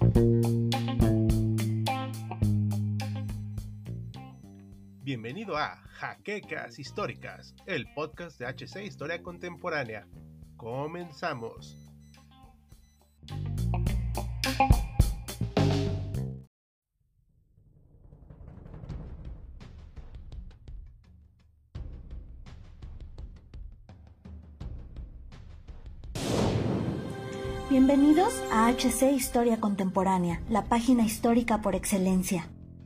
Bienvenido a Jaquecas Históricas, el podcast de HC Historia Contemporánea. Comenzamos. Bienvenidos a HC Historia Contemporánea, la página histórica por excelencia.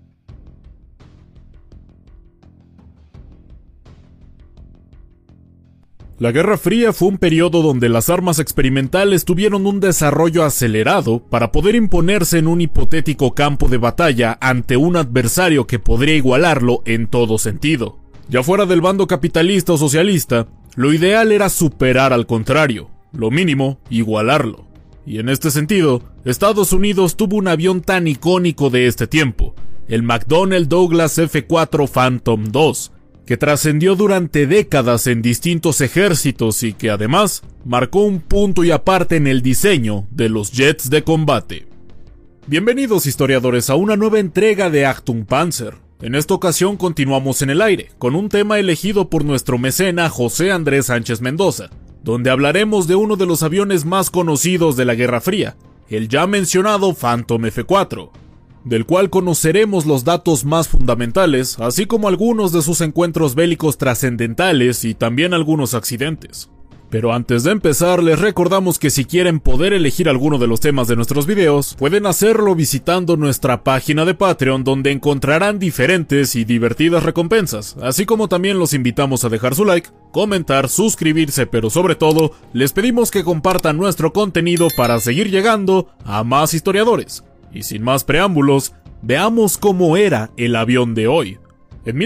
La Guerra Fría fue un periodo donde las armas experimentales tuvieron un desarrollo acelerado para poder imponerse en un hipotético campo de batalla ante un adversario que podría igualarlo en todo sentido. Ya fuera del bando capitalista o socialista, lo ideal era superar al contrario, lo mínimo, igualarlo. Y en este sentido, Estados Unidos tuvo un avión tan icónico de este tiempo, el McDonnell Douglas F-4 Phantom II, que trascendió durante décadas en distintos ejércitos y que además marcó un punto y aparte en el diseño de los jets de combate. Bienvenidos historiadores a una nueva entrega de Achtung Panzer. En esta ocasión continuamos en el aire, con un tema elegido por nuestro mecena José Andrés Sánchez Mendoza, donde hablaremos de uno de los aviones más conocidos de la Guerra Fría, el ya mencionado Phantom F-4, del cual conoceremos los datos más fundamentales, así como algunos de sus encuentros bélicos trascendentales y también algunos accidentes. Pero antes de empezar, les recordamos que si quieren poder elegir alguno de los temas de nuestros videos, pueden hacerlo visitando nuestra página de Patreon, donde encontrarán diferentes y divertidas recompensas, así como también los invitamos a dejar su like, comentar, suscribirse, pero sobre todo, les pedimos que compartan nuestro contenido para seguir llegando a más historiadores. Y sin más preámbulos, veamos cómo era el avión de hoy. En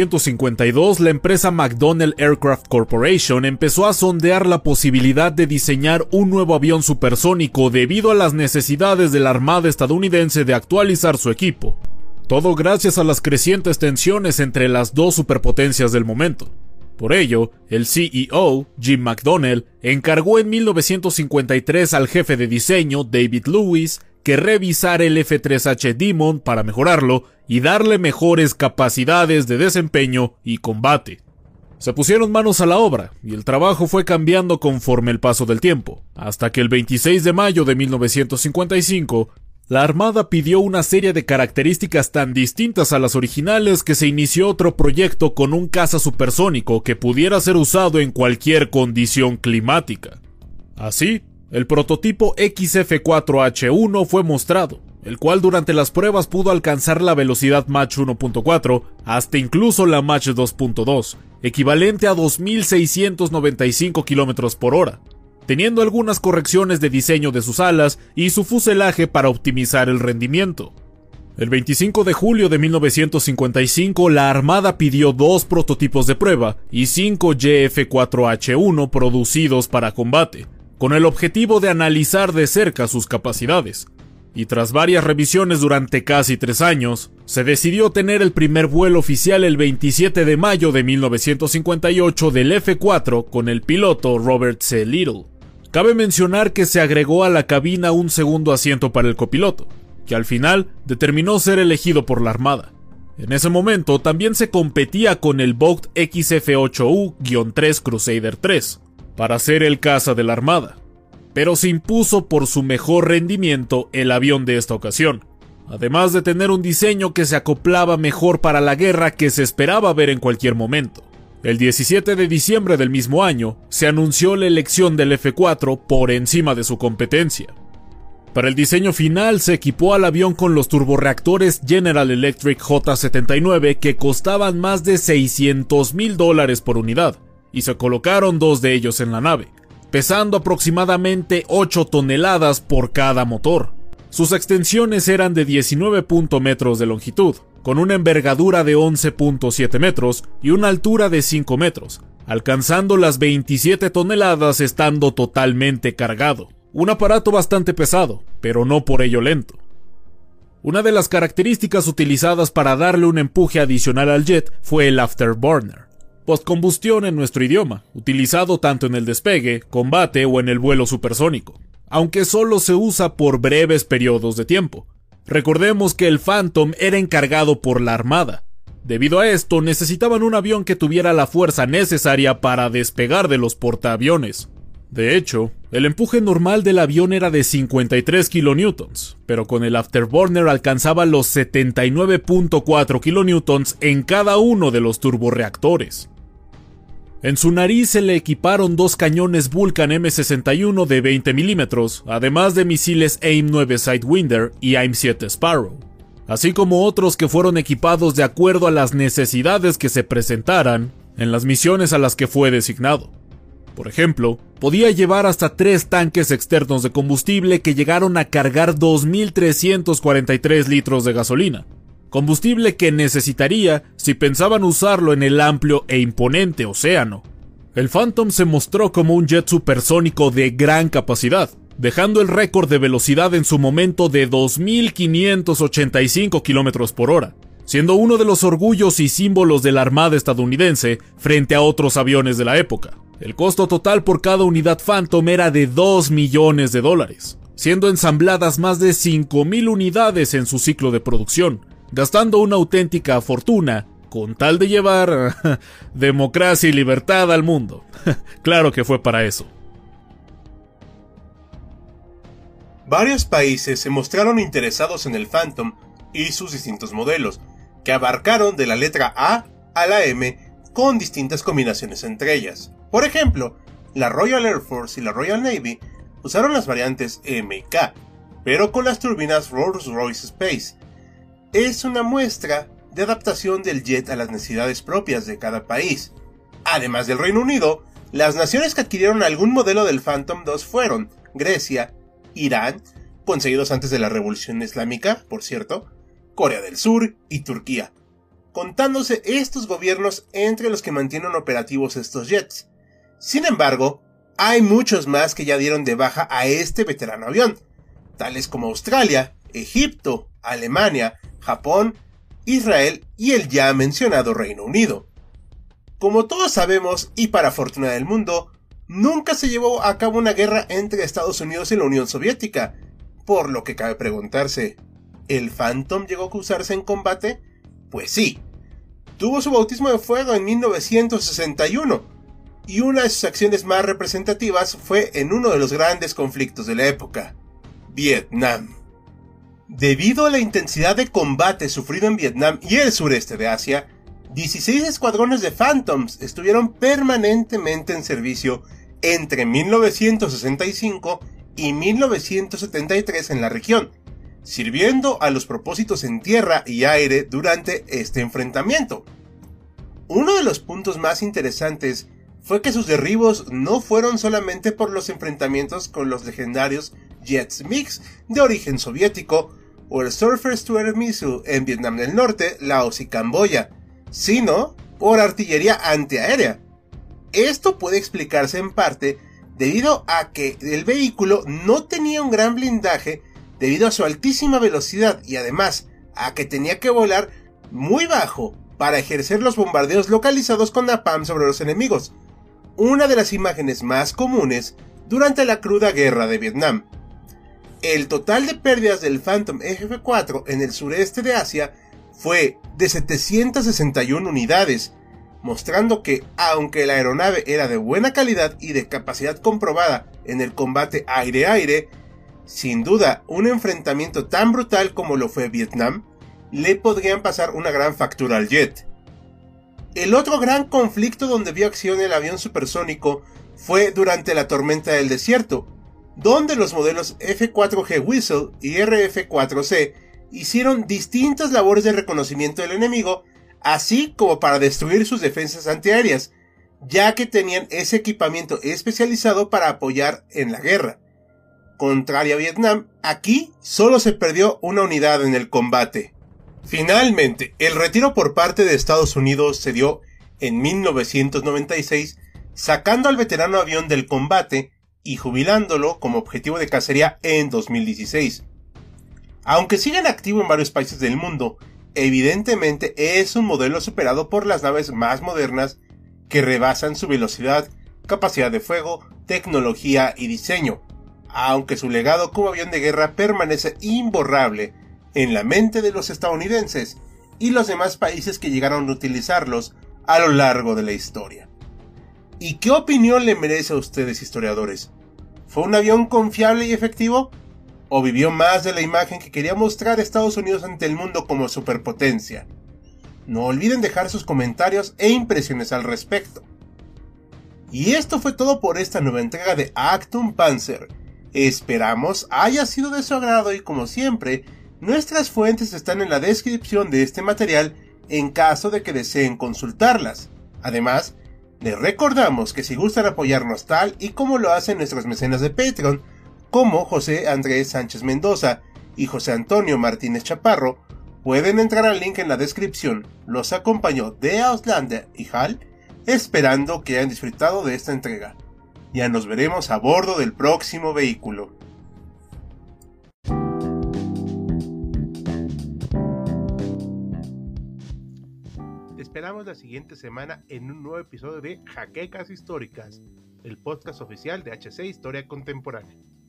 1952, la empresa McDonnell Aircraft Corporation empezó a sondear la posibilidad de diseñar un nuevo avión supersónico debido a las necesidades de la Armada estadounidense de actualizar su equipo. Todo gracias a las crecientes tensiones entre las dos superpotencias del momento. Por ello, el CEO, Jim McDonnell, encargó en 1953 al jefe de diseño, David Lewis, que revisara el F-3H Demon para mejorarlo y darle mejores capacidades de desempeño y combate. Se pusieron manos a la obra y el trabajo fue cambiando conforme el paso del tiempo, hasta que el 26 de mayo de 1955, la Armada pidió una serie de características tan distintas a las originales que se inició otro proyecto con un caza supersónico que pudiera ser usado en cualquier condición climática. Así, el prototipo XF-4H1 fue mostrado, el cual durante las pruebas pudo alcanzar la velocidad Mach 1.4 hasta incluso la Mach 2.2, equivalente a 2.695 km por hora, teniendo algunas correcciones de diseño de sus alas y su fuselaje para optimizar el rendimiento. El 25 de julio de 1955, la Armada pidió 2 prototipos de prueba y 5 YF-4H1 producidos para combate, con el objetivo de analizar de cerca sus capacidades. Y tras varias revisiones durante casi 3 años, se decidió tener el primer vuelo oficial el 27 de mayo de 1958 del F-4 con el piloto Robert C. Little. Cabe mencionar que se agregó a la cabina un segundo asiento para el copiloto, que al final determinó ser elegido por la Armada. En ese momento también se competía con el Vought XF-8U-3 Crusader 3, para ser el caza de la Armada, pero se impuso por su mejor rendimiento el avión de esta ocasión, además de tener un diseño que se acoplaba mejor para la guerra que se esperaba ver en cualquier momento. El 17 de diciembre del mismo año, se anunció la elección del F-4 por encima de su competencia. Para el diseño final se equipó al avión con los turborreactores General Electric J79 que costaban más de $600,000 por unidad, y se colocaron 2 de ellos en la nave, pesando aproximadamente 8 toneladas por cada motor. Sus extensiones eran de 19 metros de longitud, con una envergadura de 11.7 metros y una altura de 5 metros, alcanzando las 27 toneladas estando totalmente cargado. Un aparato bastante pesado, pero no por ello lento. Una de las características utilizadas para darle un empuje adicional al jet fue el afterburner, postcombustión en nuestro idioma, utilizado tanto en el despegue, combate o en el vuelo supersónico. aunque solo se usa por breves periodos de tiempo. Recordemos que el Phantom era encargado por la Armada. Debido a esto, necesitaban un avión que tuviera la fuerza necesaria para despegar de los portaaviones. De hecho, el empuje normal del avión era de 53 kilonewtons, pero con el afterburner alcanzaba los 79.4 kilonewtons en cada uno de los turborreactores. En su nariz se le equiparon dos cañones Vulcan M61 de 20 milímetros, además de misiles AIM-9 Sidewinder y AIM-7 Sparrow, así como otros que fueron equipados de acuerdo a las necesidades que se presentaran en las misiones a las que fue designado. Por ejemplo, podía llevar hasta 3 tanques externos de combustible que llegaron a cargar 2.343 litros de gasolina, combustible que necesitaría si pensaban usarlo en el amplio e imponente océano. El Phantom se mostró como un jet supersónico de gran capacidad, dejando el récord de velocidad en su momento de 2.585 km por hora, siendo uno de los orgullos y símbolos de la Armada estadounidense frente a otros aviones de la época. El costo total por cada unidad Phantom era de $2 millones, siendo ensambladas más de 5.000 unidades en su ciclo de producción, gastando una auténtica fortuna con tal de llevar democracia y libertad al mundo. Claro que fue para eso. Varios países se mostraron interesados en el Phantom y sus distintos modelos, que abarcaron de la letra A a la M con distintas combinaciones entre ellas. Por ejemplo, la Royal Air Force y la Royal Navy usaron las variantes M y K, pero con las turbinas Rolls-Royce Space. Es una muestra de adaptación del jet a las necesidades propias de cada país. Además del Reino Unido, las naciones que adquirieron algún modelo del Phantom II fueron Grecia, Irán, conseguidos antes de la Revolución Islámica, por cierto, Corea del Sur y Turquía, contándose estos gobiernos entre los que mantienen operativos estos jets. Sin embargo, hay muchos más que ya dieron de baja a este veterano avión, tales como Australia, Egipto, Alemania, Japón, Israel y el ya mencionado Reino Unido. Como todos sabemos, y para fortuna del mundo, nunca se llevó a cabo una guerra entre Estados Unidos y la Unión Soviética, por lo que cabe preguntarse, ¿el Phantom llegó a usarse en combate? Pues sí, tuvo su bautismo de fuego en 1961, y una de sus acciones más representativas fue en uno de los grandes conflictos de la época, Vietnam. Debido a la intensidad de combate sufrido en Vietnam y el sureste de Asia, 16 escuadrones de Phantoms estuvieron permanentemente en servicio entre 1965 y 1973 en la región, sirviendo a los propósitos en tierra y aire durante este enfrentamiento. Uno de los puntos más interesantes fue que sus derribos no fueron solamente por los enfrentamientos con los legendarios Jets MiG de origen soviético o el Surface to Air Missile en Vietnam del Norte, Laos y Camboya, sino por artillería antiaérea. Esto puede explicarse en parte debido a que el vehículo no tenía un gran blindaje debido a su altísima velocidad y además a que tenía que volar muy bajo para ejercer los bombardeos localizados con napalm sobre los enemigos, una de las imágenes más comunes durante la cruda guerra de Vietnam. El total de pérdidas del Phantom F-4 en el sureste de Asia fue de 761 unidades, mostrando que, aunque la aeronave era de buena calidad y de capacidad comprobada en el combate aire-aire, sin duda un enfrentamiento tan brutal como lo fue Vietnam, le podrían pasar una gran factura al jet. El otro gran conflicto donde vio acción el avión supersónico fue durante la tormenta del desierto, donde los modelos F-4G Whistle y RF-4C hicieron distintas labores de reconocimiento del enemigo, así como para destruir sus defensas antiaéreas, ya que tenían ese equipamiento especializado para apoyar en la guerra. Contrario a Vietnam, aquí solo se perdió una unidad en el combate. Finalmente, el retiro por parte de Estados Unidos se dio en 1996, sacando al veterano avión del combate y jubilándolo como objetivo de cacería en 2016. Aunque sigue en activo en varios países del mundo, evidentemente es un modelo superado por las naves más modernas que rebasan su velocidad, capacidad de fuego, tecnología y diseño. aunque su legado como avión de guerra permanece imborrable en la mente de los estadounidenses y los demás países que llegaron a utilizarlos a lo largo de la historia. ¿Y qué opinión le merece a ustedes, historiadores? ¿Fue un avión confiable y efectivo? ¿O vivió más de la imagen que quería mostrar Estados Unidos ante el mundo como superpotencia? No olviden dejar sus comentarios e impresiones al respecto. Y esto fue todo por esta nueva entrega de Actum Panzer. Esperamos haya sido de su agrado y, como siempre, nuestras fuentes están en la descripción de este material en caso de que deseen consultarlas. Además, les recordamos que si gustan apoyarnos tal y como lo hacen nuestros mecenas de Patreon, como José Andrés Sánchez Mendoza y José Antonio Martínez Chaparro, pueden entrar al link en la descripción. Los acompañó de Auslander y Hal, esperando que hayan disfrutado de esta entrega. Ya nos veremos a bordo del próximo vehículo. Te esperamos la siguiente semana en un nuevo episodio de Jaquecas Históricas, el podcast oficial de HC Historia Contemporánea.